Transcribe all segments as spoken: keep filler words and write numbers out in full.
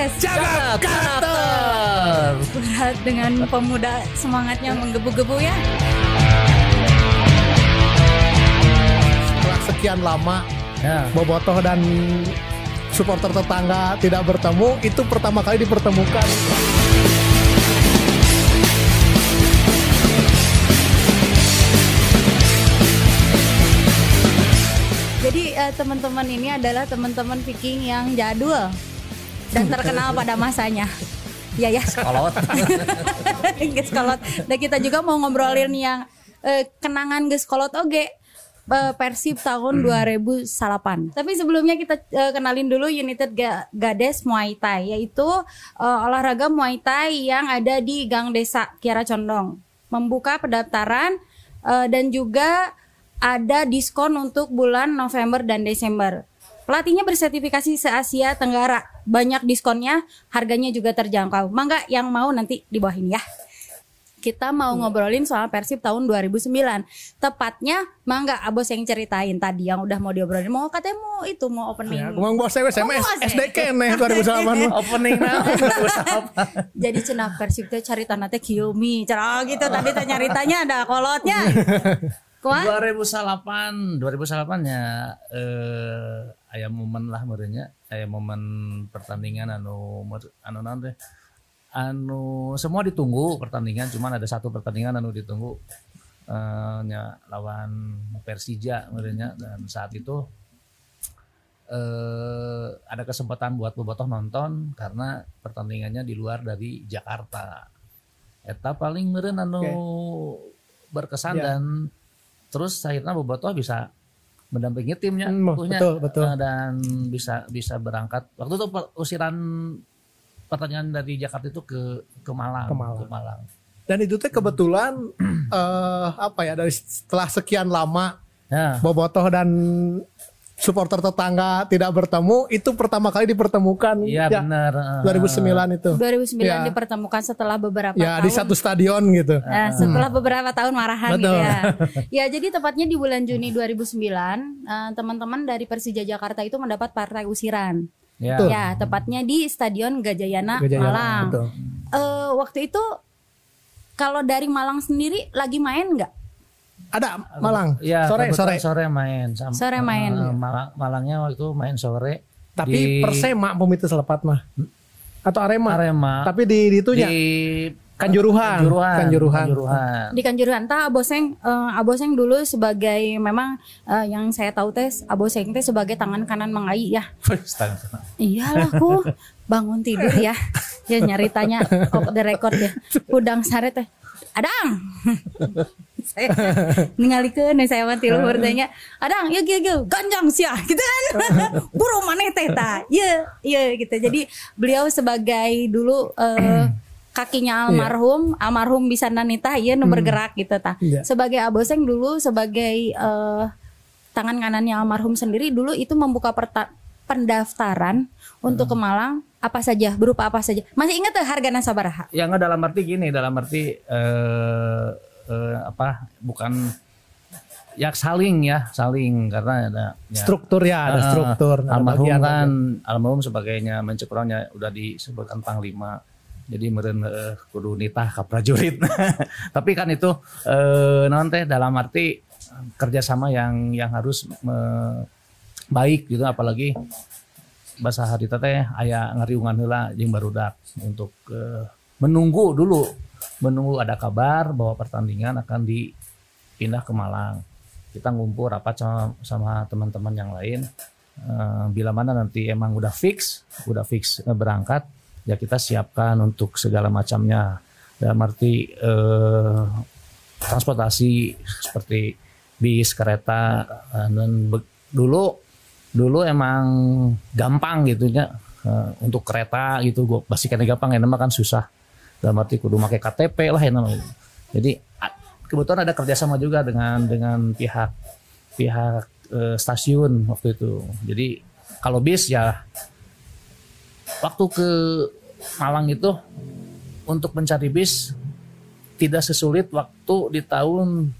podcast Jagat Karakter. Berat dengan pemuda semangatnya menggebu-gebu ya. Setelah sekian lama Ya. bobotoh dan supporter tetangga tidak bertemu, itu pertama kali dipertemukan. Jadi uh, teman-teman ini adalah teman-teman Viking yang jadul dan terkenal pada masanya. Ya ya. Kolot. Geskolot. Dan kita juga mau ngobrolin yang uh, kenangan Geskolot oge uh, Persib tahun dua ribu delapan. Tapi sebelumnya kita uh, kenalin dulu United Ga- Gades Muay Thai, yaitu uh, olahraga Muay Thai yang ada di Gang Desa Kiara Condong. Membuka pendaftaran uh, dan juga ada diskon untuk bulan November dan Desember. Pelatihnya bersertifikasi se-Asia Tenggara. Banyak diskonnya, harganya juga terjangkau. Mangga yang mau nanti di bawah ini ya. Kita mau ngobrolin soal Persib tahun dua ribu sembilan. Tepatnya, mangga Abos yang ceritain tadi yang udah mau diobrolin. Mau katanya mau itu, mau opening. Ya, kumang bos saya sama S D K nih dua ribu delapan. Opening nah. Jadi cenah Persib teh carita teh Kiyomi. Cara gitu tadi teh nyaritanya ada kolotnya. dua ribu delapan ya eh aya momen lah merenya, aya momen pertandingan anu anu naon teh anu semua ditunggu pertandingan, cuman ada satu pertandingan anu ditunggu eh nya lawan Persija merenya, dan saat itu eh ada kesempatan buat bobotoh nonton karena pertandingannya di luar dari Jakarta. Eta paling meureun anu okay. berkesan yeah. Dan terus akhirnya bobotoh bisa mendampingi timnya, hmm, betul, betul. Dan bisa bisa berangkat. Waktu itu usiran pertandingan dari Jakarta itu ke ke Malang, ke Malang. Ke Malang. Dan itu tuh kebetulan uh, apa ya, dari setelah sekian lama ya. Bobotoh dan supporter tetangga tidak bertemu, itu pertama kali dipertemukan. Iya ya, benar. dua ribu sembilan itu. dua ribu sembilan ya. Dipertemukan setelah beberapa ya, tahun. Ya di satu stadion gitu. Nah, setelah hmm. beberapa tahun marahan Betul. gitu ya. Ya jadi tepatnya di bulan Juni dua ribu sembilan, uh, teman-teman dari Persija Jakarta itu mendapat partai usiran. Ya, ya tepatnya di Stadion Gajayana, Gajayana Malang. Uh, waktu itu kalau dari Malang sendiri lagi main nggak? Ada Malang. Ya, sore sore sore main. Sama, sore main. Uh, Malang, Malangnya waktu itu main sore. Tapi di... Persema pemitu selepat mah. Atau Arema. Arema. Tapi di di itunya. Di Kanjuruhan. Kanjuruhan. Kanjuruhan. Kanjuruhan. Di Kanjuruhan. Tah Aboseng uh, Aboseng dulu sebagai memang uh, yang saya tahu teh Aboseng teh sebagai tangan kanan Mang Ai ya. Iyalah ku bangun tidur ya. Ya nyaritanya off the record ya. Udang sare teh. Adang. Saya ningalikeun saya mah ti luhur teh nya. Adang, ya ge ge ganjang sia gitu kan. Buru maneh teh tah. Ieu, ieu gitu. Jadi beliau sebagai dulu uh, kakinya almarhum, yeah. almarhum bisa nanita ieu nu bergerak gitu tah. Yeah. Sebagai Aboseng dulu sebagai uh, tangan kanannya almarhum sendiri dulu itu membuka perta- pendaftaran hmm. untuk ke Malang. Apa saja, berupa apa saja. Masih ingat tuh hargana sabaraha? Ya nggak, dalam arti gini, dalam arti eh, eh, apa? Bukan ya saling ya, saling karena ada ya, struktur ya, ada uh, struktur. Almarhum kan, almarhum sebagainya mencekurangnya udah disebutkan panglima. Jadi meureun uh, kudu nitah ka prajurit. Tapi kan itu eh, non teh dalam arti kerjasama yang yang harus me, baik gitu, apalagi bahasa hari teh aya ngariungan heula jeung barudak untuk uh, menunggu dulu menunggu ada kabar bahwa pertandingan akan dipindah ke Malang. Kita ngumpul rapat sama, sama teman-teman yang lain, uh, bila mana nanti emang udah fix udah fix uh, berangkat, ya kita siapkan untuk segala macamnya, dalam arti uh, transportasi seperti bis, kereta, uh, dan be- dulu Dulu emang gampang gitu ya, uh, untuk kereta gitu, gue pasti kan gampang, ya nama kan susah. Dalam arti kudu pakai K T P lah ya nama. Jadi kebetulan ada kerjasama juga dengan dengan pihak pihak uh, stasiun waktu itu. Jadi kalau bis ya waktu ke Malang itu untuk mencari bis tidak sesulit waktu di tahun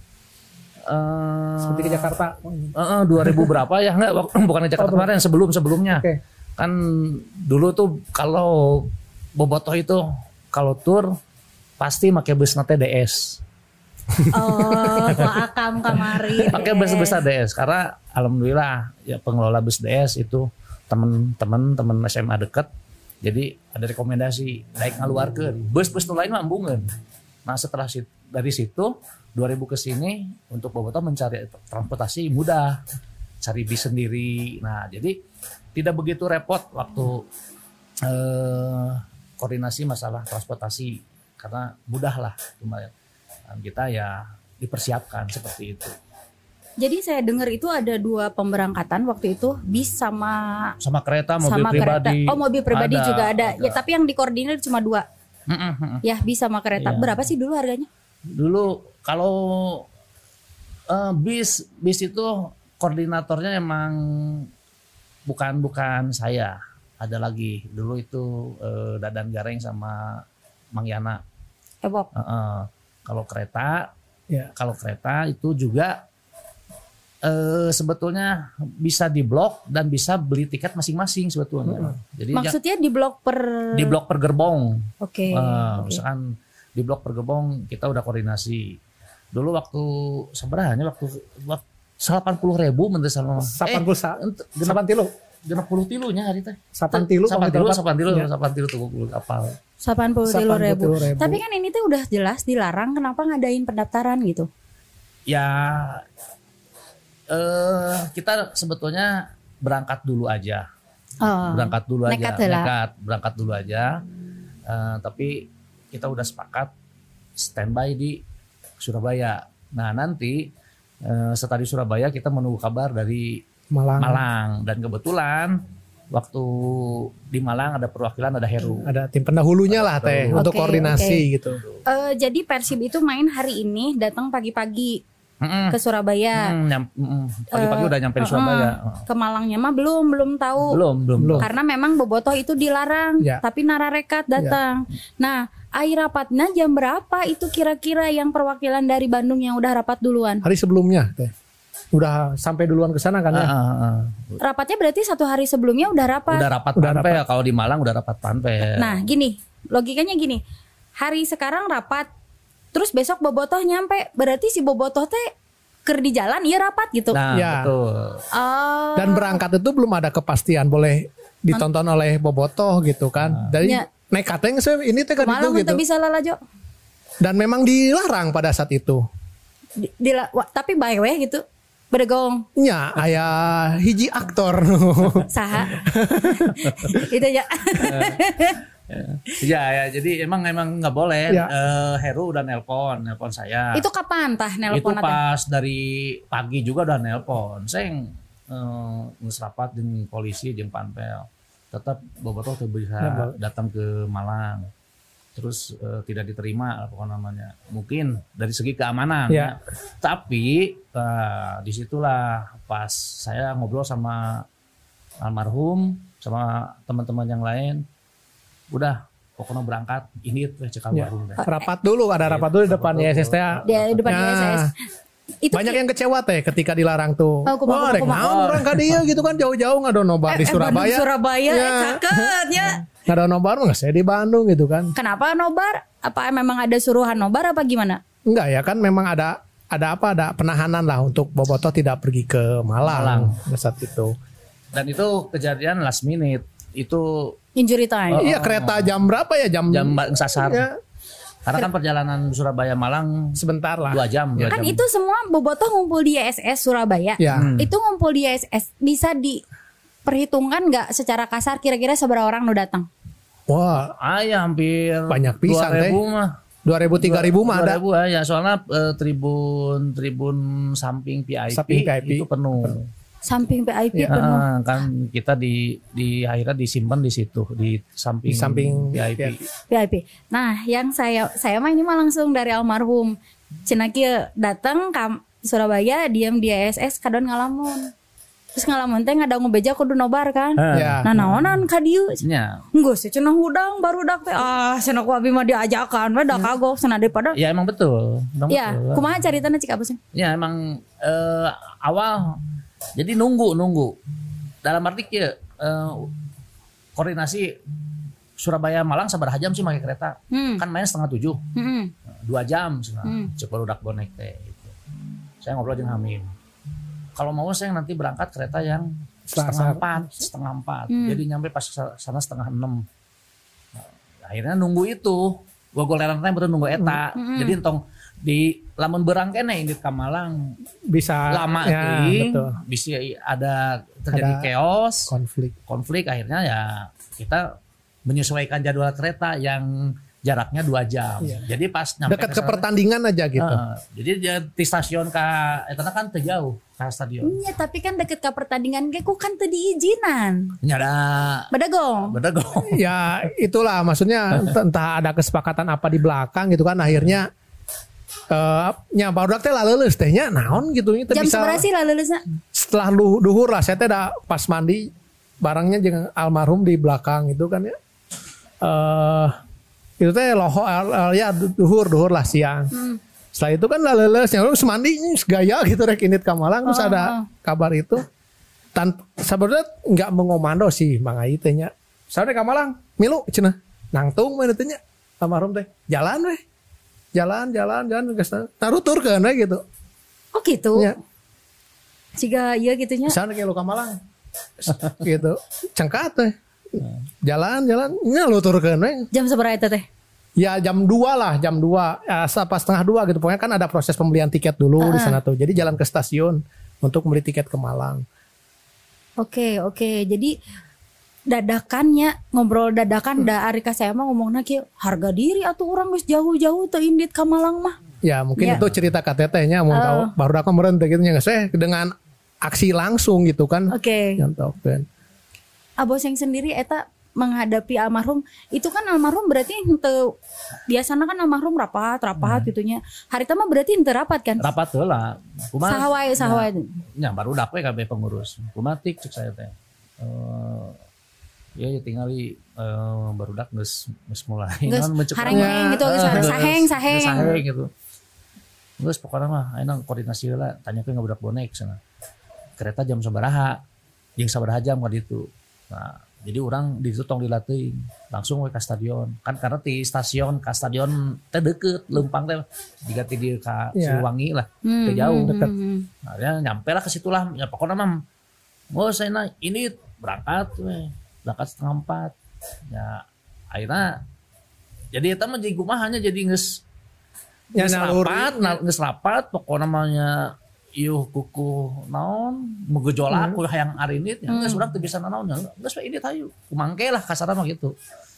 Uh, seperti ke Jakarta uh, uh, dua ribu berapa ya, enggak bukan ke Jakarta oh, kemarin, sebelum sebelumnya okay. Kan dulu tuh kalau bobotoh itu kalau tur pasti pakai bus nate D S. Oh, kok akam kamari. Pakai bus-bus D S karena alhamdulillah ya pengelola bus D S itu teman-teman teman S M A dekat. Jadi ada rekomendasi naik ngaluarkeun. Bus-bus lain mah embungeun. Nah, setelah sit, dari situ dua ribu ke sini untuk bobotoh mencari transportasi mudah. Cari bis sendiri. Nah, jadi tidak begitu repot waktu eh, koordinasi masalah transportasi karena mudah lah kemarin kita ya dipersiapkan seperti itu. Jadi saya dengar itu ada dua pemberangkatan waktu itu bis sama sama kereta mobil sama pribadi. Kereta. Oh mobil pribadi ada, juga ada. ada. Ya tapi yang dikoordinir cuma dua. Mm-mm. Ya bis sama kereta. Iya. Berapa sih dulu harganya? Dulu kalau uh, bis bis itu koordinatornya emang bukan bukan saya. Ada lagi dulu itu uh, Dadan Gareng sama Mang Yana. Eh Bob. Uh, uh, kalau kereta, Ya. kalau kereta itu juga uh, sebetulnya bisa diblok dan bisa beli tiket masing-masing sebetulnya. Hmm. Jadi Maksudnya di blok per di blok per gerbong. Oke. Uh, oke. Misalkan di blok per gerbong kita udah koordinasi. Dulu waktu sebenarnya waktu, waktu delapan puluh ribu menteri sama Sapan pulsa. ent- Sapan tilu. genep puluh tilunya hari teh. Sapan tilu. Sapan tilu, sapan tilu, Ya. sapan tilu tuh puluh kapal. delapan puluh ribu. ribu. Tapi kan ini tuh udah jelas dilarang, kenapa ngadain pendaftaran gitu? Ya eh kita sebetulnya berangkat dulu aja. Oh, Berangkat dulu aja. nekat heula. Nekat, berangkat dulu aja. Eh, tapi kita udah sepakat standby di Surabaya. Nah, nanti eh, setelah di Surabaya kita menunggu kabar dari Malang. Malang dan kebetulan waktu di Malang ada perwakilan, ada Heru. Ada tim pendahulunya lah teh Oke, untuk oke. koordinasi gitu. Eh, jadi Persib itu main hari ini, datang pagi-pagi Mm-mm. ke Surabaya. Mm, nyam- mm, pagi-pagi Eh, udah nyampe di uh-uh. Surabaya. Ke Malangnya mah belum belum tahu. Belum, belum. Belum. Karena memang bobotoh itu dilarang, Ya. tapi nararekat datang. Nah, air rapatnya jam berapa itu kira-kira yang perwakilan dari Bandung yang udah rapat duluan? Hari sebelumnya teh. Udah sampai duluan ke sana kan ya. Ah, ah, ah. Rapatnya berarti satu hari sebelumnya udah rapat. Udah rapat Udah panpel rapat. kalau di Malang udah rapat panpel. Nah, gini, logikanya gini. Hari sekarang rapat, terus besok bobotoh nyampe, berarti si bobotoh teh ker di jalan iya rapat gitu. Nah, Ya. betul. Oh. Dan berangkat itu belum ada kepastian boleh ditonton oleh bobotoh gitu kan. Dari Ya. nekatnya nge- ini teh kan Malah itu gitu. untuk bisa lalajo. Dan memang dilarang pada saat itu. Di, di- wah, tapi by way gitu. Berdegong. Nya aya hiji aktor. Saha. Itu aja. Ya, ya, jadi emang emang nggak boleh. Ya. Eh, Heru udah nelpon, nelpon saya. Itu kapan tah Itu nelpon teh? pas dari pagi juga udah nelpon. Saya yang eh, ngesrapat dengan polisi jeung panpel. Tetap bobotoh tuh bisa Ya, Bang. datang ke Malang. Terus eh, tidak diterima apa namanya. Mungkin dari segi keamanan. Ya. Ya. Tapi eh, disitulah pas saya ngobrol sama almarhum sama teman-teman yang lain. Udah pokoknya berangkat ini tuh cekal Ya. warung deh. Rapat dulu, ada rapat dulu di depan Y S S T. Di depan Nah, Y S S. Itu banyak yang kecewa teh ketika dilarang tuh. Oh, kumaha, Wah, rek kumaha. naon orang ka dieu gitu kan jauh-jauh ngadonobar di Eh, Bandung, Surabaya. Surabaya, Ya. eh, caket ya. Ngadonobar mah saya di Bandung gitu kan. Kenapa nobar? Apa memang ada suruhan nobar apa gimana? Enggak ya kan memang ada ada apa ada penahanan lah untuk bobotoh tidak pergi ke Malang, Malang. pada saat itu. Dan itu kejadian last minute. Itu Injury time. Oh, Iya kereta jam berapa ya jam jam sasar. Ya, Karena kan perjalanan Surabaya Malang sebentar lah. dua jam. dua Kan jam. itu semua bobotoh ngumpul di Y S S Surabaya. Ya. Hmm. Itu ngumpul di Y S S bisa diperhitungkan nggak secara kasar kira-kira seberapa orang nu datang? Wah, Ah ya hampir Banyak pisan, dua ribu mah. dua ribu tiga ribu mah ada. dua ribu ya soalnya eh, tribun tribun samping V I P, Samping V I P. itu penuh. Samping V I P Ya. penuh. Ah, kan kita di di akhirnya disimpan di situ di samping, Di samping V I P. V I P. V I P. Nah, yang saya saya mah ini mah langsung dari almarhum. Cenah kieu datang ke Surabaya, diam di Y S S kadon ngalamun. Terus ngalamun teh ngadangu beja kudu nobar kan. Ah, Ya. Nah, naonan ka dieu? nya. Enggeus cenah hudang barudak teh. Ah, cenah ku abi mah diajakan we da kagok cenah daripada. Ya emang betul. Emang Ya, betul. kumaha caritana cik Abus? Ya emang eh, awal jadi nunggu nunggu dalam arti ya eh, koordinasi Surabaya Malang sabaraha jam sih pakai kereta. Hmm. Kan main setengah tujuh. Hmm. Dua jam sebenarnya. Hmm. Cek barudak bonek teh gitu. Saya ngobrol dengan Hamim. Kalau mau saya nanti berangkat kereta yang setengah empat, setengah empat. Hmm. Jadi nyampe pas sana setengah enam. Nah, akhirnya nunggu itu. Gua goleran teh betul nunggu eta. Hmm. Jadi entong di lamun berang kene indit ka Malang bisa lama ya, ting, bisa ada terjadi ada chaos, konflik. Konflik akhirnya ya kita menyesuaikan jadwal kereta yang jaraknya dua jam. Iya. Jadi pas nyampe dekat ke pertandingan aja gitu. Uh, jadi dia di stasiun ka eta kan teu jauh ka stadion. Iya, tapi kan deket ke pertandingan ge ku kan teu diizinan. Nya ada bedagong. Bedagong. Ya, itulah maksudnya entah ada kesepakatan apa di belakang gitu kan akhirnya Uh, nya barudak teh laleuleuh teh nya naon gitu nya jam bisa sabaraha sih laleuleuhna setelah lu duhur lah saya teh da pas mandi barangnya jeung almarhum di belakang itu kan ya uh, itu teh loho uh, ya duhur duhur lah siang hmm. Setelah itu kan laleuleuh nya lu mandi gaya gitu rek init ka Malang terus oh, ada oh. Kabar itu tan sabenerna enggak mengomando sih Mang Ai teh nya sare ka Malang milu cenah nangtung mah teh nya almarhum teh jalan weh jalan jalan jalan ke sana taruh tur ke mana gitu oh gitu ya. Jika iya gitunya sana kayak lu ke Malang gitu cengkat teh jalan jalan nya lu tur ke mana jam seberapa itu teh ya jam dua lah jam dua ya, pas setengah dua gitu pokoknya kan ada proses pembelian tiket dulu uh-uh. Di sana tuh jadi jalan ke stasiun untuk beli tiket ke Malang oke okay, oke okay. Jadi dadakannya ngobrol dadakan hmm. da ari ka saya mah ngomongna kieu harga diri atuh urang geus jauh-jauh teu indit ka Malang mah. Ya mungkin ya. Itu cerita K T T-nya mau uh. tahu baru aku meureun teh gitu nya geus eh dengan aksi langsung gitu kan. Oke. Okay. Nyontokeun. Abos yang sendiri eta menghadapi almarhum itu kan almarhum berarti henteu biasana kan almarhum rapat rapat hmm. gitunya. Harita mah berarti henteu rapat kan? Rapat heula. Kumaha saha wae saha wae. Nya baru dak we kabeh pengurus. Kumatik cek saya teh. Uh, Ya, ya tinggali uh, barudak geus geus mulai naon hareng gitu geus saheng saheng saheng gitu. Geus pokona mah ayeuna koordinasi heula tanyakeun ka budak bonek sana. Kereta jam sabaraha? Jeung sabaraha jam ka ditu. Nah, jadi orang di situ tong dilatih langsung we ka stadion. Kan karena di stasiun ka stadion teh deukeut leumpang teh jiga ti dieu ka Siliwangi lah. Teu hmm, jauh deket. Nah, ya nyampe lah ke situ lah. Ya pokona mah oh saya ini berangkat we. Berangkat setengah empat ya akhirnya jadi itu mah jadi kumahanya jadi nges ya, nges rapat nges rapat pokoknya namanya iuh kuku naon megejolak hmm. hayang arinit ya nges hmm. urang teu bisa naon ya nges ini tayu kumangke lah kasarna mah gitu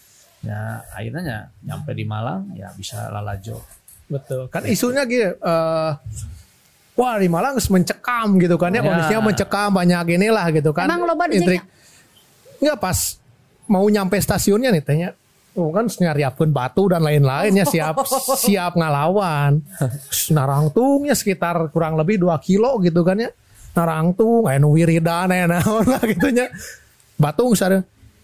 ya akhirnya ya nyampe di Malang ya bisa lalajo betul kan isunya gitu uh, wah di Malang geus mencekam gitu kan ya, ya. Kondisinya mencekam banyak inilah gitu kan emang loba intrik enggak pas mau nyampe stasiunnya nih tanya oh kan nyariapkeun batu dan lain-lain ya siap siap ngalawan narangtungnya sekitar kurang lebih dua kilo gitu kan ya narangtung aya nu wiridan aya naon lah gitu nya batung sareng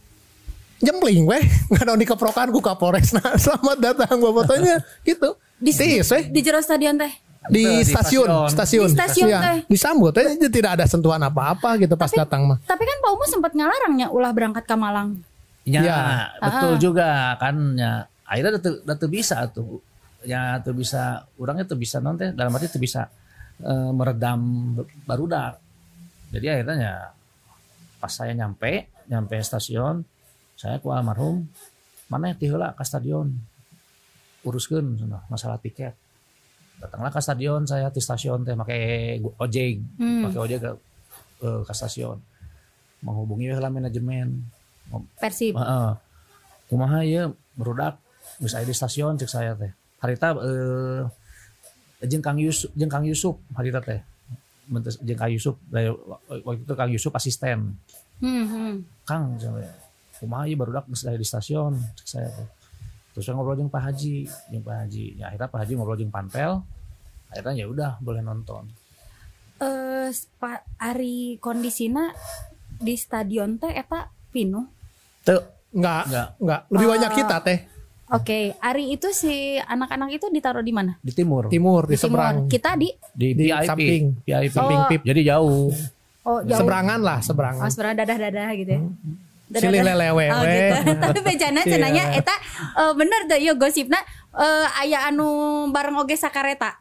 jempling weh ngadon dikeprokan ku Kapolres nah selamat datang bobotonya gitu di tis weh di jero stadion teh di, di stasiun, stasiun, stasiun, di stasiun ya, teh. Disambut aja tidak ada sentuhan apa-apa gitu pas tapi, datang mah. Tapi kan Pak Umu sempat ngelarangnya ulah berangkat ke Malang. Ya, ya. Betul uh-huh. juga kan ya. Akhirnya udah tuh bisa tuh. Ya tuh bisa orangnya tuh bisa nanti dalam arti tuh bisa uh, meredam barudak. Jadi akhirnya ya pas saya nyampe, nyampe stasiun, saya ku almarhum, mana yang tiheula ke stadion. Uruskeun masalah tiket. Datanglah ke stadion saya di stasiun teh pakai ojek hmm. pakai ojek ke, uh, ke stasiun menghubungi lah manajemen Persib heeh uh, kumaha ieu barudak geus aya di stasiun cek saya teh harita uh, jeung Kang Yusuf jeung Kang Yusuf harita teh jeung Kang Yusuf waktu itu Kang Yusuf asisten hmm, hmm. Kang kumaha ieu barudak geus aya di stasiun cek saya teh terus saya ngobrol dengan Pak Haji, dengan Pak Haji. Ya akhirnya Pak Haji ngobrol dengan Panpel. Akhirnya ya udah boleh nonton. Eh, uh, Pak Ari kondisina di stadion teh eta pinuh? Tuh, enggak, enggak, enggak. Lebih uh, banyak kita teh. Oke, okay. Ari itu si anak-anak itu ditaruh di mana? Di timur. Timur, di, di seberang. Timur. Kita di di, di V I P. Samping, V I P. Samping oh. Pip. Jadi jauh. Oh, jauh. Seberangan lah, seberangan. Oh, seberangan dadah-dadah gitu ya. Hmm. silih lelewe. Oh, gitu. Tapi bejana cenanya Iya. eta uh, bener tuh yo gosipna uh, aya anu bareng oge sakareta.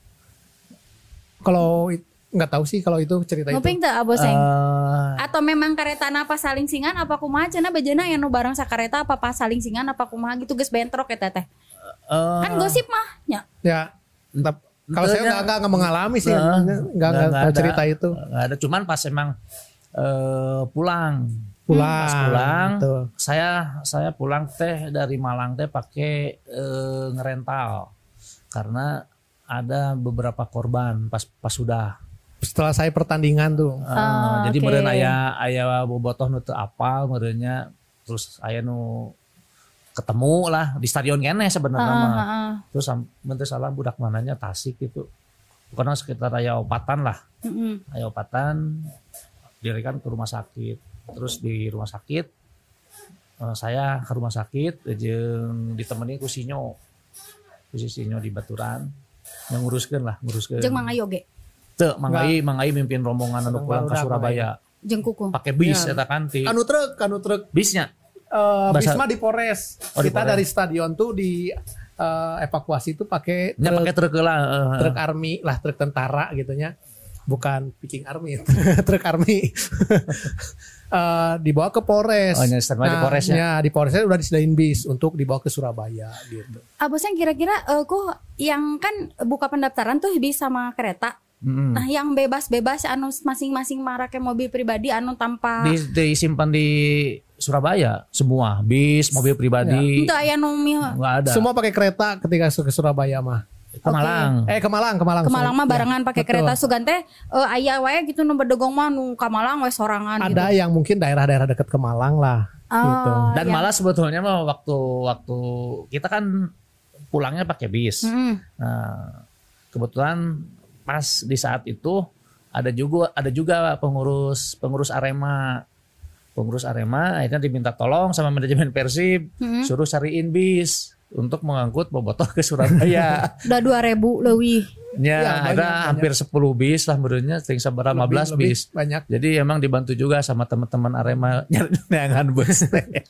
Kalau nggak tahu sih kalau itu cerita Nguping itu. teu Aboseng? Eh, Atau memang karetana apa saling singan apa kumaha cenah bejana aya nu bareng sakareta apa pas saling singan apa kumaha gitu geus bentrok eta teh. eh, Kan gosip mah nya. Ya, entah. Kalau saya Tentunya- nggak nggak mengalami sih, Nah, nggak nggak tahu ada, cerita itu. nggak ada, cuman pas emang eh, pulang Pulang, pas pulang betul. saya saya pulang teh dari Malang teh pakai eh, ngerental karena ada beberapa korban pas pas sudah. Setelah saya pertandingan tuh, Eh, Ah, jadi oke. meureun aya aya bobotoh nu teu apal meureunnya terus aya nu ketemu lah di stadion keneh sebenarnya Heeh, mah. heeh. Terus menteri salah budak mananya Tasik gitu. Pokoknya sekitar aya opatan lah. Heeh. Aya opatan dirikan ke rumah sakit. Terus di rumah sakit eh, saya ke rumah sakit jeung ditemani ku Sinyo. Ku si Sinyo di Baturan. Yang nguruskeun lah, nguruskeun. Jeung Mang Ayo ge. Teu, Mang Ai, Mang Ai mimpin rombongan anu Orang pulang ke barudak, Surabaya. Jeung kuku. Pakai bis Ya. eta kan ti. kanu truk, kanu truk. Bisnya. Eh, Bahasa- Bisma di Polres. Oh, di Kita Polres. dari stadion tuh di eh, evakuasi tuh pakai Nya truk, pakai truk lah. eh, eh. truk army lah, truk tentara gitunya. Bukan Viking Army, truk army. Eh, dibawa ke Polres. Oh, nya standby di Polres ya? ya, di Polresnya udah disediain bis untuk dibawa ke Surabaya gitu. Aboseng kira-kira eh, kok yang kan buka pendaftaran tuh bis sama kereta. Mm-mm. Nah, yang bebas-bebas anu masing-masing marake mobil pribadi anu tanpa Di, disimpan di Surabaya semua bis mobil pribadi itu aya nu mi- nggak ada. Semua pakai kereta ketika ke Surabaya mah. Ke Malang. Eh ke Malang, ke Malang. ke Malang mah sorry. barengan Ya, pakai betul. kereta sugan teh eh, aya wae gitu nu bedegong mah nu ka Malang we sorangan gitu. Ada yang mungkin daerah-daerah dekat ke Malang lah. Oh, gitu. Dan yang- malah sebetulnya mah waktu waktu kita kan pulangnya pakai bis. Mm-mm. Nah, kebetulan pas di saat itu ada juga ada juga pengurus pengurus Arema. Pengurus Arema akhirnya diminta tolong sama manajemen Persib Mm-mm. suruh cariin bis untuk mengangkut bobotoh ke Surabaya. Udah dua ribu leuwih. Ya, Ya, ada banyak, hampir sepuluh bis lah menurutnya, ting sabaraha lima belas Lebih- bis. lebih banyak. Jadi emang dibantu juga sama teman-teman Arema nyari neangan bus.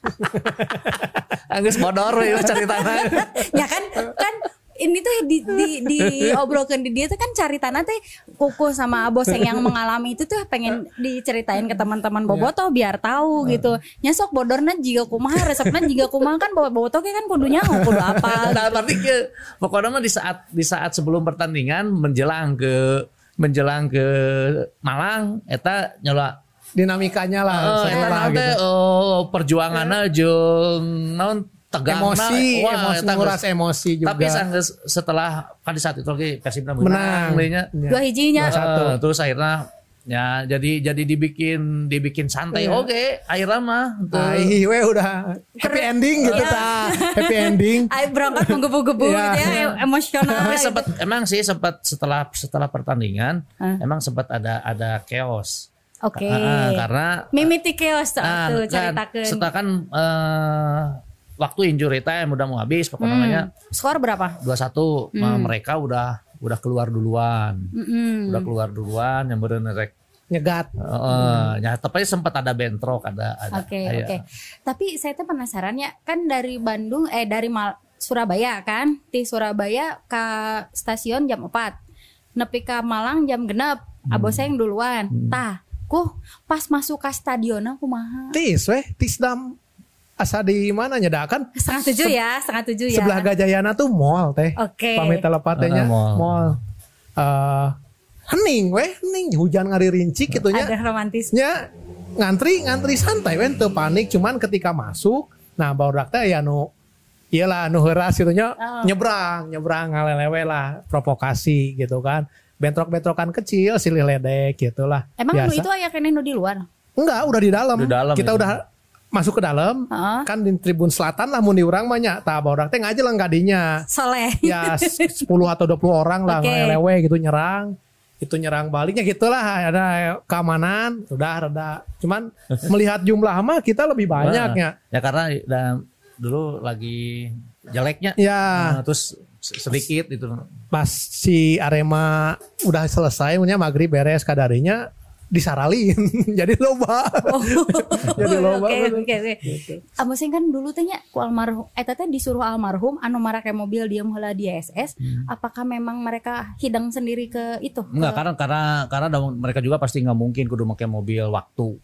Anggus bodor ya caritana. Ya kan kan ini tuh di di di obrolkan di dia tuh kan cari tanah teh kuku sama Aboseng yang mengalami itu tuh pengen diceritain ke teman-teman bobotoh biar tahu gitu. Nyesok bodorna jiga kumaha resepna jiga kumaha kan bobotoh ge kan kudunya kudu apa. Nah, berarti ke pokoknya mah di saat di saat sebelum pertandingan menjelang ke menjelang ke Malang eta nyola Dinamikanya lah, eh, eta setelah naon gitu. teh oh perjuanganna jeung naon tegangna Emosi, wah, emosi eta nguras geus- emosi juga. Tapi sanggeus setelah kan di saat itu lagi Persibna menang. menang, menang Ya. Dua hijinya. Eh, terus akhirnya ya jadi jadi dibikin dibikin santai Iya. oke akhirnya mah tuh. Nah, ih, we udah happy ending gitu Iya. ta. Happy ending. Ay, berangkat menggebu-gebu Iya. gitu ya emosional. Tapi gitu. sempat emang sih sempat setelah setelah pertandingan Hah? emang sempat ada ada chaos. Oke. Ah, karena Mimiti chaos tuh, ah, tuh kan, ceritakeun. setelah kan eh, waktu injury time udah mau habis pokoknya Hmm. namanya Skor berapa? dua satu Hmm. mereka udah udah keluar duluan. Mm-mm. Udah keluar duluan yang bener rek Nyegat. Heeh, ya tapi sempat ada bentrok ada ada Oke kayak- oke. Tapi saya tuh penasaran ya kan dari Bandung eh dari Mal Surabaya kan di Surabaya ke stasiun jam empat nepi ke Malang jam genep Aboseng duluan tah kuh pas masuk ke stadion kumaha Tis weh, tis dam asa di mana nyeda kan setengah tujuh ya setengah tujuh ya sebelah Gajayana tuh mall teh. Oke. Pamit telepatnya Ah, mall. mall. Eh, hening weh, hening hujan ngari rincik gitu nya. ada romantis Nya ngantri ngantri santai weh teu panik cuman ketika masuk nah barudak teh ya nu iyalah nu heuras gitu nya Oh. nyebrang nyebrang ngalelewe lah provokasi gitu kan bentrok-bentrokan kecil silih ledek gitulah emang nu biasa. itu aya keneh nu di luar Enggak, udah di dalam. Di dalam Kita itu. udah masuk ke dalam. Heeh. Kan di tribun selatan lah mun di urang mah nya. Tah barudak teh ngajelang gadinya. soleh Ya sepuluh atau dua puluh orang lah Oke. ngelewe gitu nyerang. Itu nyerang baliknya gitulah ada keamanan, udah rada. Cuman melihat jumlah mah kita lebih banyak ya. ya karena dan dulu lagi jeleknya Ya, Nah, terus sedikit itu pas si Arema udah selesai punya maghrib beres kadarinya disaralin jadi loba. Oh. Jadi loba. Oke oke oke. Abah sing kan dulu teh nya ku almarhum eta teh disuruh almarhum anu marake mobil diem heula di S S, hmm. apakah memang mereka hidang sendiri ke itu? Enggak, ke... karena karena karena mereka juga pasti nggak mungkin kudu pakai mobil waktu.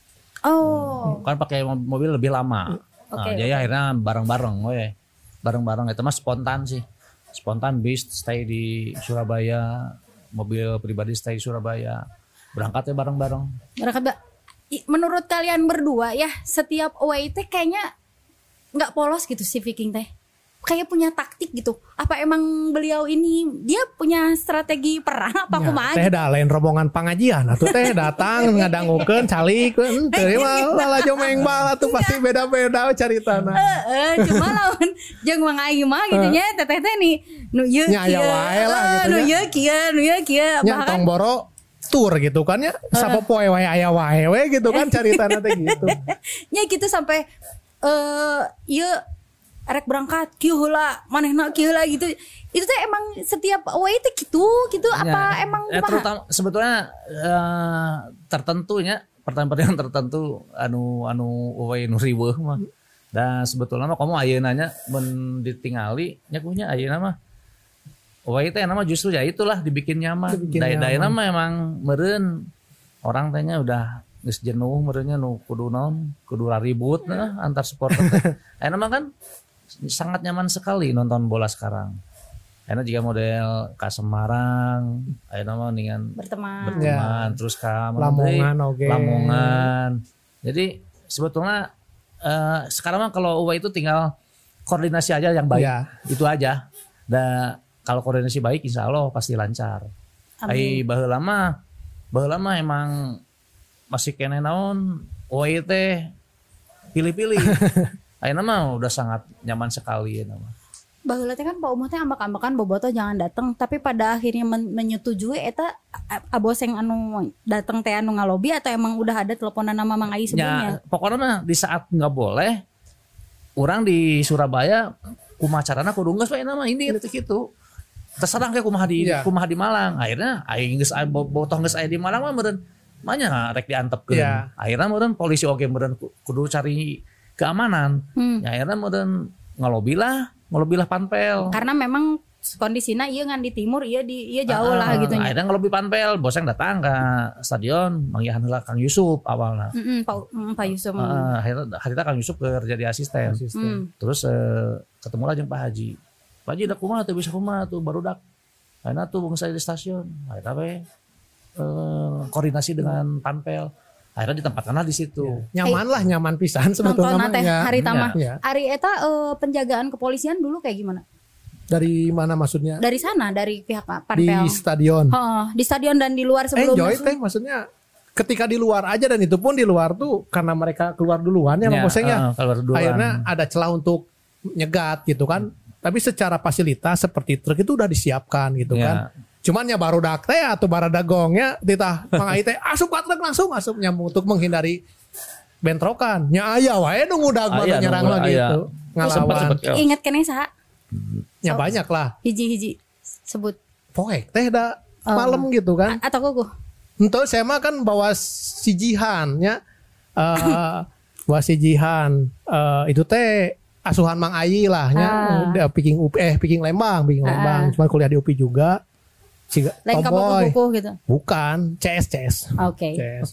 Oh. Kan pakai mobil lebih lama. Okay, nah, jadi okay. akhirnya bareng-bareng we. Bareng-bareng itu mah spontan sih. Spontan bis stay di Surabaya, mobil pribadi stay di Surabaya. Berangkatnya bareng-bareng. Berangkat ba- menurut kalian berdua ya, setiap away teh kayaknya nggak polos gitu si Viking teh. Kayak punya taktik gitu. Apa emang beliau ini dia punya strategi perang apa ya, kumaha? Teh dah lain rombongan pangajian. Atuh teh datang ngadangukeun calik teu mah lala jomeng bal atuh pasti beda-beda caritana. Heeh, cuma lawan jeung Mang Ai mah gitu nya teteh teh nih nu ieu nya aya wae lah gitu. Nu ieu kieu, nu ieu kieu. Nya tong boro tur gitu kan ya. Sapopoe wae aya wae we gitu kan caritana teh gitu. Nya gitu sampai eh ieu rek berangkat kieu heula manehna kieu heula gitu. Itu teh emang setiap away teh gitu gitu ya, apa emang ya, terutama sebetulnya uh, tertentunya pertanyaan-pertanyaan tertentu anu anu away nu riweuh mah. Dan sebetulnya mah kamu ayeuna nya mun ditingali nya kunya ayeuna mah away teh nama justru ya itulah dibikin nyaman. Daya-dayana mah emang meureun orang tanya udah geus jenuh meureunnya nu kudu naon kudu ribut nah antar supporter. Ayeuna mah kan sangat nyaman sekali nonton bola sekarang. Ayeuna juga model ka Semarang, ayeuna mah ningan berteman, berteman ya. Terus ka Lamongan oke. Okay. Lamongan. Jadi sebetulnya uh, sekarang mah kalau U A itu tinggal koordinasi aja yang baik. Ya. Itu aja. Dan kalau koordinasi baik insya Allah pasti lancar. Ai baheula mah baheula mah emang masih kene naon U A teh pilih-pilih. Ayeuna mah udah sangat nyaman sekali ya nama. Baheula teh kan Pak Umuh teh ambak-ambakan bobotoh jangan datang, tapi pada akhirnya men- menyetujui eta aboseng anu datang teh anu ngalobi atau emang udah ada teleponan nama Mang Ai sebelumnya? Ya, pokoknya mah di saat nggak boleh, orang di Surabaya kumaha carana kudu geus we nama ini teh kitu. Terserah ke kumaha di ya. kumaha di Malang. Akhirnya aing geus bobotoh geus aya di Malang mah meureun manya rek diantepkeun. Ya. Akhirnya meureun polisi oge meureun kudu cari keamanan. Hmm. Ya akhirnya meureun ngalobi lah, ngalobi lah panpel. Karena memang kondisinya iya ngan di timur, iya di iya jauh uh, lah gitu nya. Akhirnya ngalobi panpel, boseng datang ke stadion, manggihan heula Kang Yusuf awalna. Heeh, Pak mm, Pak Yusuf. Uh, akhirnya akhirnya Kang Yusuf kerja di asisten. asisten. Hmm. Terus uh, ketemu lah jeung Pak Haji. Pak Haji da kumaha teh bisa kumaha tuh barudak. Akhirnya tuh bangsa di stasiun. Akhirnya we uh, koordinasi dengan panpel. Akhirnya ditempatkanlah di situ. Ya. Nyaman lah, nyaman pisan sebetulnya. Nonton ya. hari tamah. Ya. Ari eta uh, penjagaan kepolisian dulu kayak gimana? Dari mana maksudnya? Dari sana, dari pihak panpel. Di stadion. Oh, di stadion dan di luar sebelumnya. Enjoy teh maksudnya ketika di luar aja, dan itu pun di luar tuh karena mereka keluar duluan ya, ya maksudnya. Uh, akhirnya ada celah untuk nyegat gitu kan. Tapi secara fasilitas seperti truk itu udah disiapkan gitu ya. Kan. Cuman ya baru dak teh atau barada gongnya titah Mang Ai teh asup ka truk langsung asup nyambung untuk menghindari bentrokan. Nya aya wae nu ngudag mah nyerang lagi gitu. Ngalawan. Ingat keneh saha? Ya so, banyak lah. Hiji-hiji sebut. Poek teh da oh. malam gitu kan. A- atau kuku. Entah saya mah kan bawa sijihan ya. Uh, bawa sijihan uh, itu teh asuhan Mang Ai lah nya. Ah. Piking U P eh Piking Lembang, Piking ah. Lembang. Cuma kuliah di U P juga. Siga, lain kabuku gitu. Bukan, C S C S. Oke. Okay. C S.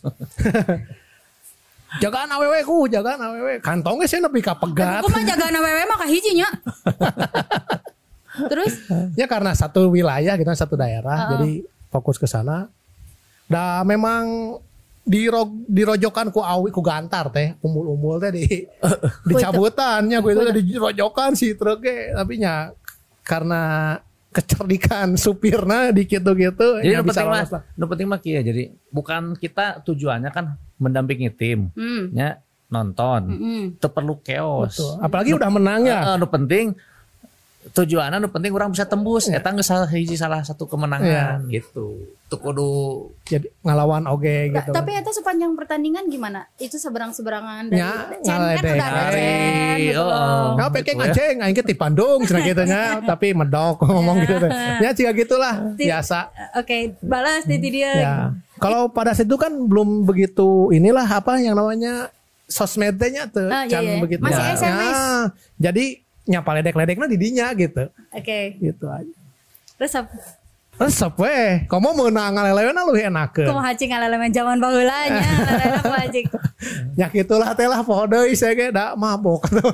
Jagaan awewe ku, jagaan awewe. Kantongnya sih nepi ka pegat. Aku mah jagaan awewe mah ka hiji nya. Terus? Ya karena satu wilayah gitu, satu daerah, uh-uh. jadi fokus ke sana. Dah memang dirog, dirojokan ku awi ku gantar teh, umul-umul teh di dicabutannya ku itu dirojokan si truknya, tapi nya karena kecerdikan supirna dikit gitu. Jadi nu penting mah, nu penting mah kieu. Jadi bukan kita tujuannya kan mendampingi tim, hmm. ya nonton. Hmm. Teu perlu chaos. Betul. Apalagi nu, udah menang ya. Uh, nu penting tujuannya nu penting orang bisa tembus. Ya. Eta geus hiji salah satu kemenangan ya. Gitu. Teu kudu jadi ngalawan oge gitu. Nah, tapi eta sepanjang pertandingan gimana? Itu seberang-seberangan dari ya, Cen kan udah ada Cen gitu. Oh. Nah, peke ngajeng aing ti Bandung cenah kitu nya, tapi medok ngomong gitu teh. Ya ciga gitulah, biasa. Oke, balas di dia. Ya. Kalau pada saat itu kan belum begitu inilah apa yang namanya sosmednya tuh, oh, can iya, iya. begitu. Masih ya. S M S. Ya, jadi nyapa ledek-ledeknya di dinya gitu. Oke. Okay. Gitu aja. Terus apa? Resep weh, komo meunang ngaleleweuna lu enakeun. Kumaha cing ngalelewen zaman baheula nya, ngalelewen kumaha cing. Nya kitulah teh lah poho deui saya ge da mabok. Oh.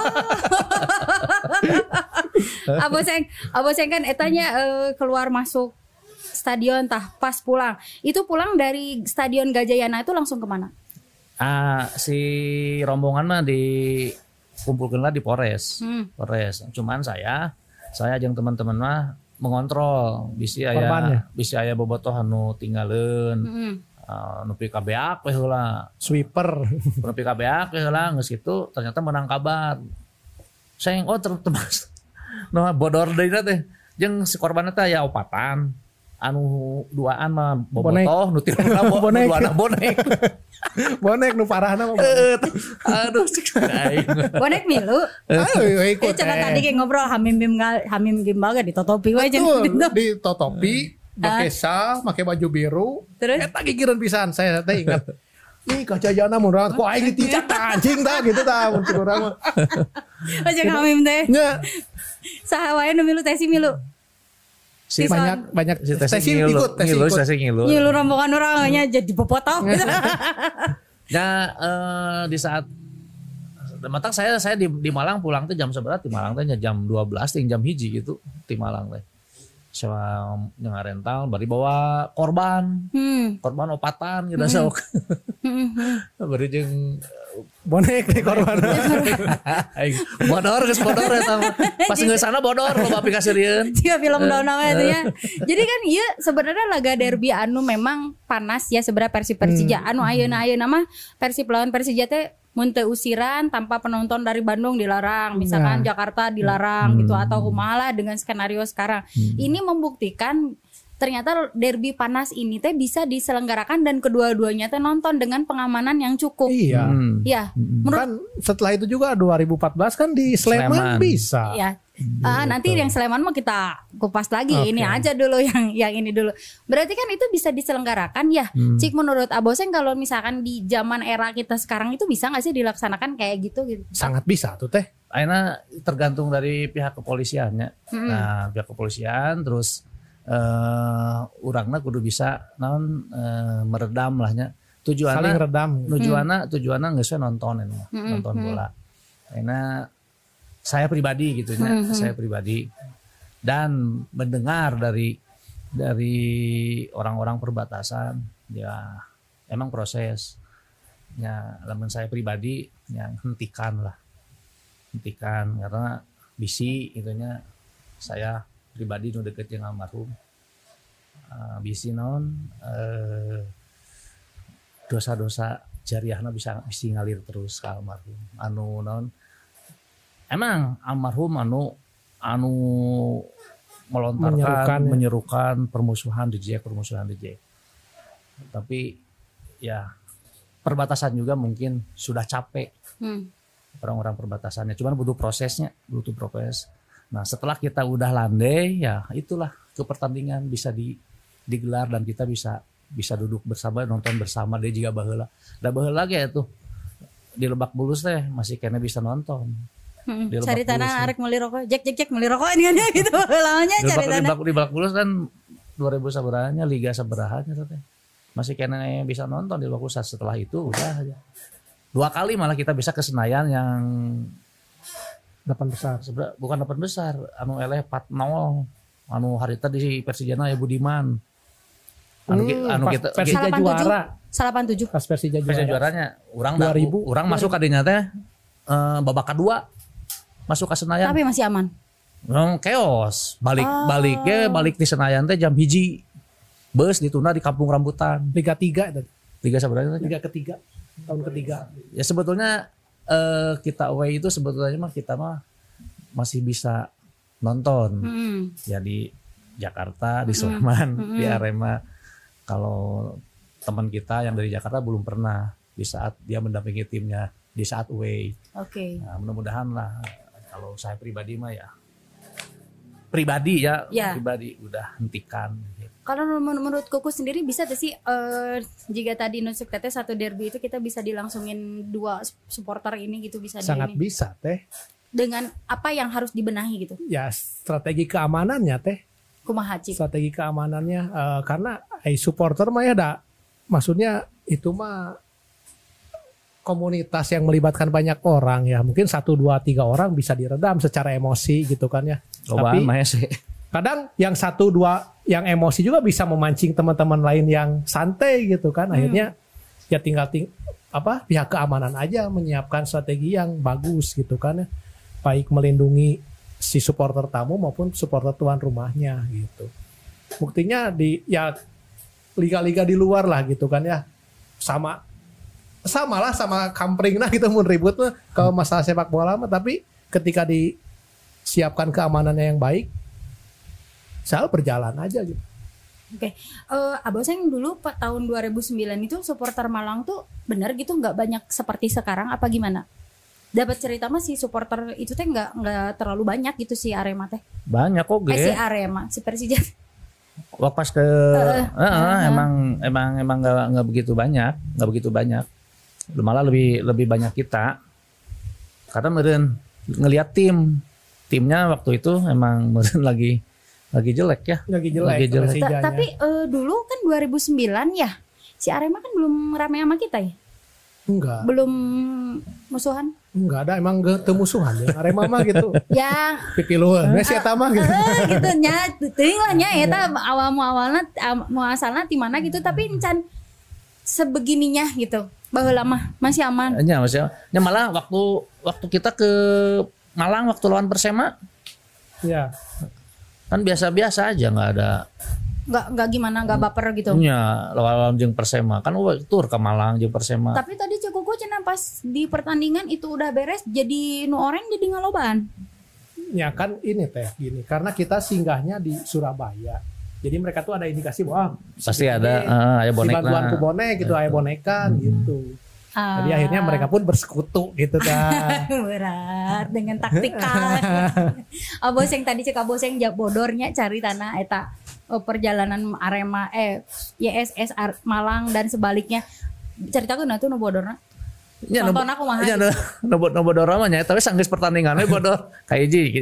Aboseng, aboseng kan etanya uh, keluar masuk stadion tah pas pulang. Itu pulang dari Stadion Gajayana itu langsung kemana? Ah, si rombongan mah di kumpulkeun lah di Polres. Hmm. Polres. Cuman saya saya jeung teman-teman mah mengontrol bisi aya bisi aya bobotoh anu tinggaleun. Heeh. Mm. Uh, nepi ka beak we heula. Sweeper. Nepi ka beak we heula geus kitu ternyata menang kabar. Sayang oh terus no bodor deui teh. Jeung si korban teh aya opatan. Anu duaan mah bobotoh nu tiruna bonek duana bonek. Bonek nu parahna mah. Aduh cik aing. Bonek milu. Ayo ikut. Eh cenah tadi ge ngobrol hamim bim hamim gimbal ge ditotopi we cenah gitu. Ditotopi, pakai sal, pakai baju biru. Terus eta gigireun pisan saya teh ingat. Ih kajayana mun urang ku aing diticak anjing tah gitu tah mun urang mah. Aja hamim teh. Nya. Saha wae nu milu teh si milu. Si banyak banyak tesi ikut tesi ikut tesi ngilu ngilu rombongan orangnya jadi bobotoh ya uh, di saat matang saya saya di, di Malang pulang tuh jam seberat di Malang teh jam dua belas ting jam hiji gitu di Malang teh sama yang rental bari bawa korban hmm. korban opatan gitu hmm. sok bari jeung bonek di korban bodor geus bodor eta pas geus sana bodor loba pikasirieun jiga film daun we eta nya jadi kan ieu sebenarnya laga derby anu memang panas ya sebenarnya Persib Persija anu ayeuna-ayeuna mah Persib lawan Persija teh mun teu usiran tanpa penonton dari Bandung dilarang misalkan nah. Jakarta dilarang hmm. gitu atau kumaha dengan skenario sekarang hmm. ini membuktikan ternyata derby panas ini teh bisa diselenggarakan dan kedua-duanya teh nonton dengan pengamanan yang cukup. Iya. Hmm. Ya. Menurut kan setelah itu juga dua ribu empat belas kan di Sleman, Sleman. bisa. Iya. Ah, nanti yang Sleman mau kita kupas lagi. Okay. Ini aja dulu yang yang ini dulu. Berarti kan itu bisa diselenggarakan ya. Hmm. Cik menurut Aboseng kalau misalkan di zaman era kita sekarang itu bisa nggak sih dilaksanakan kayak gitu gitu? Sangat bisa tuh teh. Akhirnya tergantung dari pihak kepolisiannya. Hmm. Nah, pihak kepolisian terus Uh, urangna kudu bisa naon uh, meredam lahnya tujuanna saling redam tujuanna hmm. tujuanna geus nonton hmm. nonton bola karena saya pribadi gitu nya hmm. saya pribadi dan mendengar dari dari orang-orang perbatasan ya emang proses ya lamun saya pribadi yang hentikan lah hentikan karena bisi itunya saya pribadi nu deket jeung almarhum uh, bisi naon uh, dosa-dosa jariahna bisa bisa ngalir terus ka almarhum anu naon emang almarhum anu anu melontarkan menyerukan, ya. menyerukan permusuhan di J permusuhan di J tapi ya perbatasan juga mungkin sudah capek hmm. orang-orang perbatasannya cuman butuh prosesnya butuh proses. Nah setelah kita udah landai ya itulah ke pertandingan bisa di, digelar dan kita bisa bisa duduk bersama nonton bersama deh juga baheula. Da baheula ge atuh di Lebak Bulus teh masih kena bisa nonton. Hmm, cari tanah arek meuli rokok, jek jek jek meuli rokok ini gitu lawannya cari tanah. Di Lebak Bulus kan dua ribu saberahanya liga saberahanya teh. Masih kena bisa nonton di Lebak Bulus setelah itu udah aja. Dua kali malah kita bisa ke Senayan yang delapan besar sebenarnya bukan delapan besar anu eleh empat nol anu harita di Persijana ya Budiman anu, hmm, anu kita Persija juara delapan tujuh pas Persija juara Persija juaranya urang dua ribu urang masuk kadinya teh uh, babak kedua masuk ke Senayan tapi masih aman nong keos balik oh. baliknya balik di Senayan teh jam hiji bus ditunda di Kampung Rambutan Liga tiga tadi Liga sebenarnya Liga ketiga tahun ketiga ya sebetulnya Uh, kita away itu sebetulnya mah kita mah masih bisa nonton hmm. ya di Jakarta di Sleman hmm. di Arema kalau teman kita yang dari Jakarta belum pernah di saat dia mendampingi timnya di saat away. Oke. Okay. Nah, mudah-mudahan lah kalau saya pribadi mah ya pribadi ya, ya. pribadi udah hentikan. Kalau menurut Kuku sendiri bisa tuh sih uh, jika tadi nusuk teteh satu derby itu kita bisa dilangsungin dua supporter ini gitu bisa sangat di ini. Bisa teh dengan apa yang harus dibenahi gitu ya strategi keamanannya teh kumaha cik strategi keamanannya uh, karena eh, supporter mah ya ada maksudnya itu mah komunitas yang melibatkan banyak orang ya mungkin satu dua tiga orang bisa diredam secara emosi gitu kan ya. Tapi sih. Kadang yang satu dua yang emosi juga bisa memancing teman-teman lain yang santai gitu kan. Akhirnya hmm. ya tinggal ting apa pihak keamanan aja menyiapkan strategi yang bagus gitu kan ya. Baik melindungi si supporter tamu maupun supporter tuan rumahnya gitu. Buktinya di ya liga-liga di luar lah gitu kan ya. Sama sama lah sama kampring nah gitu mun ribut mah kalau masalah sepak bola mah tapi ketika disiapkan keamanannya yang baik selalu berjalan aja gitu. Oke, okay. uh, Abah Oseng dulu tahun dua ribu sembilan itu supporter Malang tuh benar gitu nggak banyak seperti sekarang apa gimana? Dapat cerita mah si supporter itu teh nggak nggak terlalu banyak gitu si Arema teh. Banyak kok eh, si Arema, si Persija. Wah pas ke uh, uh, uh, uh, emang emang emang nggak nggak begitu banyak, nggak begitu banyak. Malah lebih lebih banyak kita. Karena meren ngelihat tim, timnya waktu itu emang meren lagi lagi jelek ya. Lagi jelek. Lagi jelek. Ta- tapi uh, dulu kan dua ribu sembilan ya. Si Arema kan belum rame sama kita ya? Enggak. Belum musuhan? Enggak ada emang gak temusuhan ya. Arema mah gitu. Ya. Pipiluan. Nah, si eta mah gitu. Uh, gitu nya teuing lah nya eta awal-awalna muasalna di mana gitu tapi encan sebegininya gitu. Baheula mah masih aman. Ya masih. Ya malah waktu waktu kita ke Malang waktu lawan Persema. Ya. Kan biasa-biasa aja nggak ada nggak nggak gimana nggak baper gitu ya lawan jeung Persema kan udah tur ke Malang jeung Persema tapi tadi Cekuku cenah pas di pertandingan itu udah beres jadi nu oren jadi ngalobaan ya kan ini teh gini karena kita singgahnya di Surabaya jadi mereka tuh ada indikasi bahwa pasti ada uh, aya boneka bantuan ku bonek gitu aya boneka hmm. gitu ah. Jadi akhirnya mereka pun bersekutu gitu kan. Berat dengan taktikal. Abos yang tadi cek abos yang jak bodornya cari tanah eta perjalanan Arema eh Y S S Malang dan sebaliknya. Ceritakeun atuh nu bodorna. Ya, nonton aku mah. Ya nu bodor mah nya tapi sanggeus pertandingannya bodor. Kayak hiji.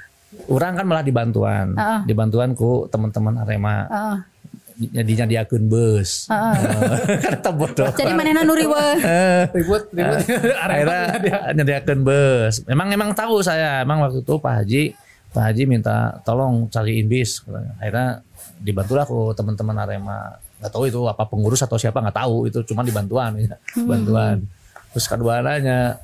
Urang kan malah dibantuan. Uh-uh. Dibantuan ku teman-teman Arema. Uh-uh. Jadinya diakeun bus. Heeh. Karena bodoh. Jadi manehna nu riweuh. Ribut, ribut. Akhirnya nyediakeun bus. Memang emang tahu saya, emang waktu itu Pak Haji, Pak Haji minta tolong cariin bis. Akhirnya dibantulah aku teman-teman Arema. Enggak tahu itu apa pengurus atau siapa enggak tahu, itu cuma dibantuan ya. Bantuan. Terus keduanya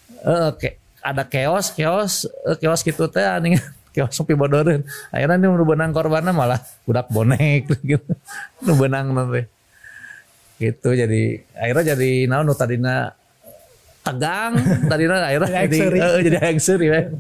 eh ada keos, keos, keos gitu teh anjing. Kios sepi bodorin. Akhirnya ini benang korbannya malah budak bonek gitu. Nu benang nanti. Gitu jadi akhirnya jadi naon nu tadina tegang, tadina akhirnya jadi heeh jadi angseur ya.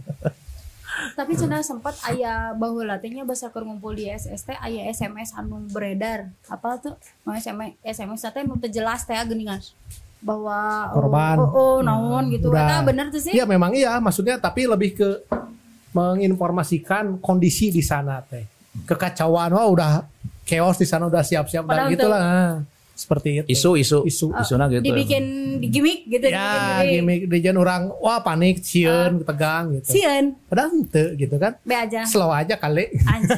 Tapi cenah sempat aya baheula teh nya basa keur ngumpul di S S teh aya S M S anu beredar. Apa tuh? S M S S M S teh nu teu jelas teh geuningan bahwa korban oh, oh, oh naon gitu. Eta bener tuh sih. Iya memang iya maksudnya tapi lebih ke menginformasikan kondisi di sana teh kekacauan wah udah chaos di sana udah siap-siap dan gitulah nah, seperti itu isu-isu isu isuna gitu dibikin di gimmick gitu ya gimmick dijan orang wah panik sieun uh, tegang gitu sieun padahal henteu gitu kan be aja slow aja kali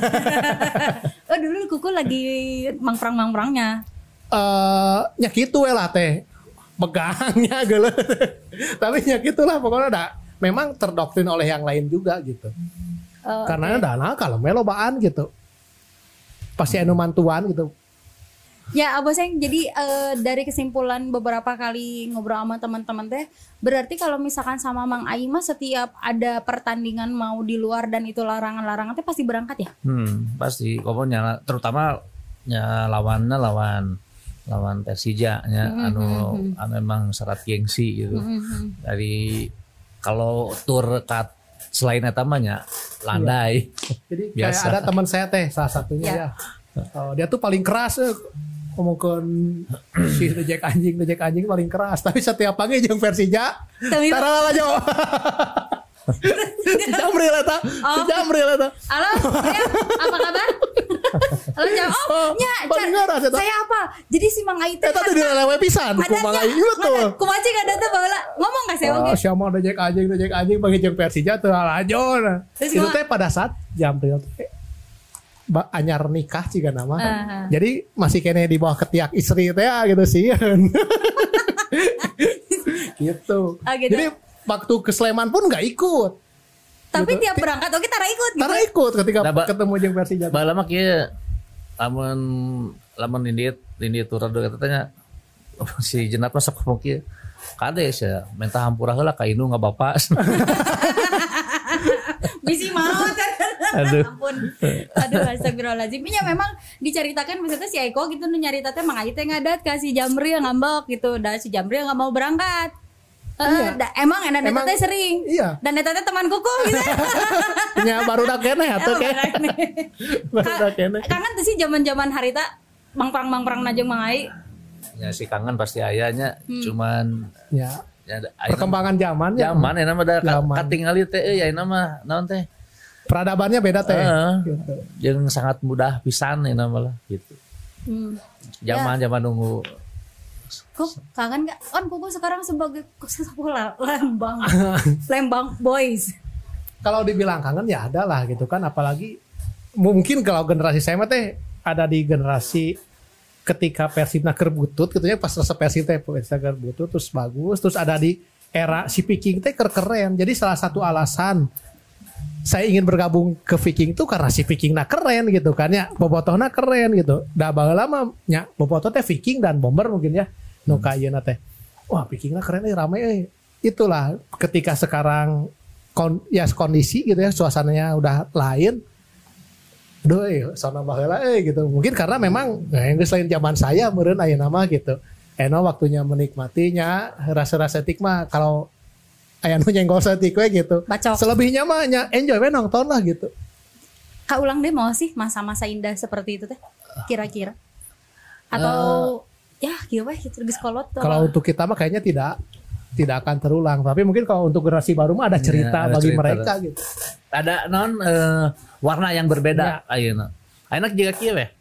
oh dulu kuku lagi mangprang-mangprangnya eh uh, nya kitu we lah teh megangnya geuleuh tapi nya kitulah pokoknya ada memang terdoktrin oleh yang lain juga gitu. Uh, Karena okay. dana kalau melobaan gitu. Pasti anu mantuan gitu. Ya, Aboseng jadi uh, dari kesimpulan beberapa kali ngobrol sama teman-teman teh, berarti kalau misalkan sama Mang Ai mah setiap ada pertandingan mau di luar dan itu larangan-larangan teh pasti berangkat ya? Hmm, pasti. Pokoknya terutama ya lawannya lawan lawan Persija nya mm-hmm. anu anu emang syarat gengsi gitu. Mm-hmm. Dari kalau tur kat selain etamanya landai. Iya. Jadi biasa. Kayak ada teman saya teh salah satunya ya. ya. Oh, dia tuh paling keras eh, ngomongkan si dejek anjing dejek anjing paling keras. Tapi setiap pagi jeung Persija tarala jo. Jamril eta. Oh. Si Jamril eta. Halo, ya, apa kabar? Halo, jam. Oh, nya, Ca- saya apa? Jadi si Mang Ai teh eta teh dilewe pisan ku Mang Ai ieu tuh. Kumaha cing ada teh baheula ngomong ka saya Oh, oge. siapa ada jek anjing, ada jek anjing bagi jeung Persija teu lajon. Itu teh pada saat Jamril teh ba- anyar nikah ciga nama. Uh-huh. Jadi masih kene di bawah ketiak istri teh gitu sih. Gitu. Oh, gitu. Jadi waktu ke Sleman pun nggak ikut. Tapi Gitu. tiap berangkat oke tara ikut gitu. Tara ikut ketika Nah, ba- ketemu jeung Persija. Baheula mah kieu lamun lamun indit indit turun katanya si Jenat mah sok ngomong kieu. Kade sia minta hampura heula ka Inu ngabapak. Bisi maut kan. Aduh. Ampun. Aduh astagfirullahaladzim. Ya memang diceritakan maksudnya si Eko gitu nu nyarita teh Mang Ai teh ngadat ka si Jamril ngambek gitu. Da si Jamril enggak mau berangkat. Iya. Uh, da, emang enak Emang- teh sering. iya. Dan eta teh teman kuku gitu. Nya baru dak kene atuh ke. Baru dak kene. Kangen tuh sih zaman-zaman harita mangprang-mangprang najeng Mang Ai. Ya si kangen pasti ayahnya cuman Ya. ya ada- aya Perkembangan zaman ya. zaman ya nama da Zaman. katingali teh euy aya nama naon teh Peradabannya beda teh. Heeh. Gitu. jeung sangat mudah pisan ya nama lah gitu. Hmm. Zaman-zaman nunggu Kok kangen gak? On kuku sekarang sebagai sekolah Lembang. Lembang Boys. Kalau dibilang kangen ya ada lah gitu kan, apalagi mungkin kalau generasi saya mah teh ada di generasi ketika Persibna keur butut gitu ya, pas rasa Persib teh Persibna keur butut terus bagus, terus ada di era si Viking teh keur keren. Jadi salah satu alasan saya ingin bergabung ke Viking tuh karena si Vikingna keren gitu kan ya, bobotohna keren gitu. Da baheula mah nya bobotoh teh Viking dan Bomber mungkin ya. Nu ka ayeuna teh. Wah, Vikingna keren euy, rame euy. Itulah ketika sekarang kon, ya kondisi gitu ya, suasananya udah lain. Aduh, eh, sana baheula eh gitu. Mungkin karena memang nah, yang selain zaman saya meureun ayeuna mah gitu. Eno waktunya menikmatinya, rasa-rasa tik mah kalau aya nu nyenggol setik we gitu. Bacok. Selebihnya mah nya enjoy we nonton lah gitu. Kak ulang deh mau sih masa-masa indah seperti itu teh kira-kira. Atau ya gitu weh gitu geus kolot tuh. Kalau untuk kita mah kayaknya tidak tidak akan terulang. Tapi mungkin kalau untuk generasi baru mah ada cerita Ya, ada bagi cerita. mereka gitu. ada non eh, warna yang berbeda Ya. ayeuna. Ayeuna juga kieu we.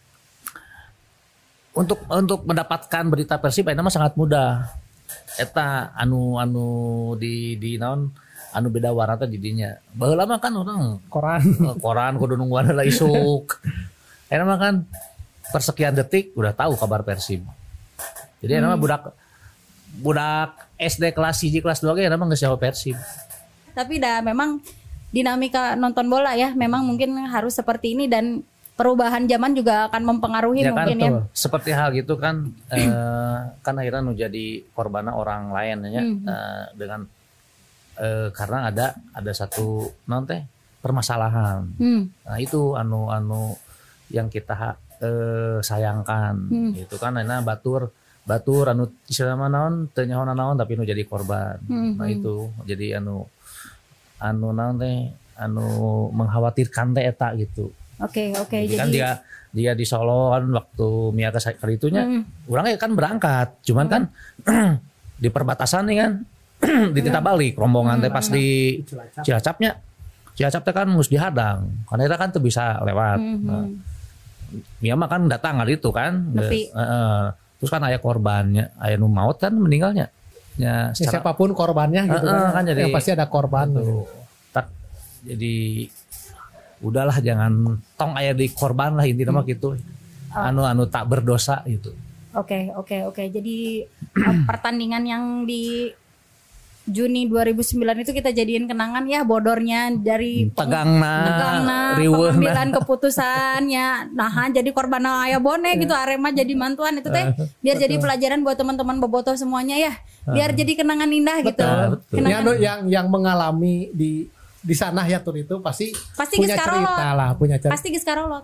Untuk untuk mendapatkan berita Persib ayeuna mah sangat mudah. Eta anu anu di di naon anu beda warna teh di dinya. Baheula mah kan urang Koran. eh, koran kudu nungguan heula isuk. Ayeuna mah kan persekian detik udah tahu kabar Persib. Jadi ayeuna mah budak budak S D kelas satu kelas dua ge ayeuna mah geus nyaho Persib. Tapi dah memang dinamika nonton bola ya memang mungkin harus seperti ini dan perubahan zaman juga akan mempengaruhi Ya kan, mungkin ya. betul. Seperti hal gitu kan, eh, kan akhirnya nu jadi korbanna orang lain ya, Hmm. eh, dengan eh, karena ada ada satu non teh permasalahan. Hmm. Nah itu anu anu yang kita eh, sayangkan, Hmm. itu kan, nah batur batur anu istilahna naon teu nyaho naon tapi nu jadi korban. Hmm. Nah itu jadi anu anu naon teh anu mengkhawatirkan teh eta gitu. Oke oke Jadi, jadi, kan dia dia di Solo kan waktu Miaka kali itunya Hmm. orang kan berangkat cuman kan di perbatasan nih kan dititah balik rombongan teh pas di Cilacap. Cilacapnya Cilacap teh kan mesti dihadang karena kita kan tuh bisa lewat. Hmm, Nah, hmm. Mia mah kan datang kali itu kan. Nepi. Eh, eh. Terus kan aya korbannya, aya nu maut kan meninggalnya. Ya, Ya, secara siapapun korbannya gitu Eh, eh, kan, kan jadi- yang pasti ada korban gitu. tak jadi udahlah jangan tong aya di korban lah intinya mah gitu. Anu anu tak berdosa gitu. Oke oke oke jadi uh, pertandingan yang di Juni dua ribu sembilan itu kita jadiin kenangan ya bodornya dari peng- Tegangna, tegangna, riweuhna. pengambilan keputusannya. Nah, jadi korban aya bone gitu Arema jadi mantuan itu teh biar jadi pelajaran buat teman-teman bobotoh semuanya ya. Biar jadi kenangan indah gitu. betul. Ya, Kenangan anu yang yang mengalami di di sana ya tur itu pasti, Pasti punya geus cerita karolot. lah, punya cerita. pasti geus karolot.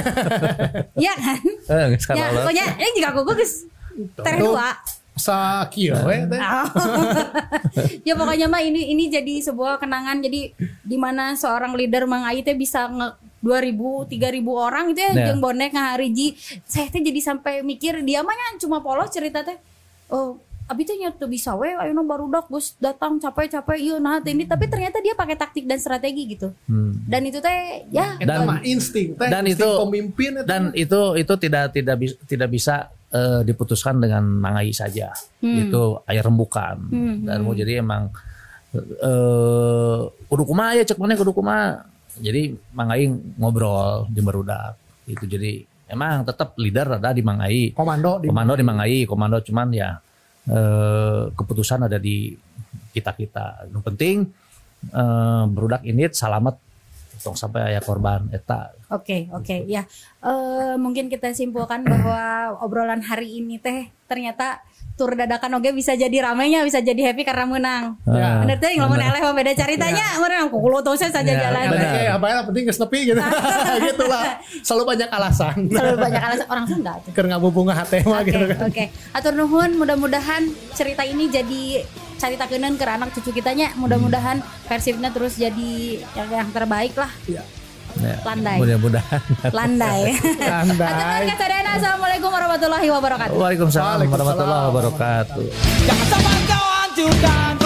Iya kan? Eh, geus Ya, karolot. pokoknya ini juga aku geus teh Tuh. dua. Sakieu we teh. Ya pokoknya mah ini ini jadi sebuah kenangan jadi di mana seorang leader Mang Ai teh bisa nge dua ribu tiga ribu orang itu ya Nah. jeung bonek ngahariji saya teh jadi sampai mikir dia mah nya cuma polos cerita teh oh abi teh nya teu bisa we ayeuna barudak geus datang capek-capek ieu nah ini tapi ternyata dia pakai taktik dan strategi gitu. Hmm. Dan itu teh ya dan mah insting teh dan itu pemimpin dan itu itu tidak tidak tidak bisa uh, diputuskan dengan mangai saja. Hmm. Itu air rembukan. Hmm. Dan mau jadi emang eh kudu kumaha ya cek maneh kudu kumaha. Jadi mangai ngobrol di barudak. Itu jadi emang tetap leader ada di Mangai. Komando di komando di Mangai, komando cuman ya eh, keputusan ada di kita-kita. Yang penting eh, berudak ini selamat tong sampai aya korban eta. Oke, okay, oke. Okay. Ya. Uh, mungkin kita simpulkan bahwa obrolan hari ini teh ternyata tur dadakan oge bisa jadi ramainya, bisa jadi happy karena menang. Ya. Bener teh ngomong eleh mah beda ceritanya. Menang kulo tong saja jalan. Ya, apa ya penting geus nepi gitu. Gitulah. Selalu banyak alasan. Selalu banyak alasan orang Sunda tuh. Keur ngabubunga hate mah gitu kan. Oke. Atur nuhun, mudah-mudahan cerita ini jadi caritakeun ke anak cucu kitanya. Mudah-mudahan Persibna terus jadi yang, yang terbaik lah. Iya. Ya, landai. Mudah-mudahan. Landai. Landai. Assalamualaikum warahmatullahi wabarakatuh. Waalaikumsalam warahmatullahi wabarakatuh. Jangan sampai kau hancurkan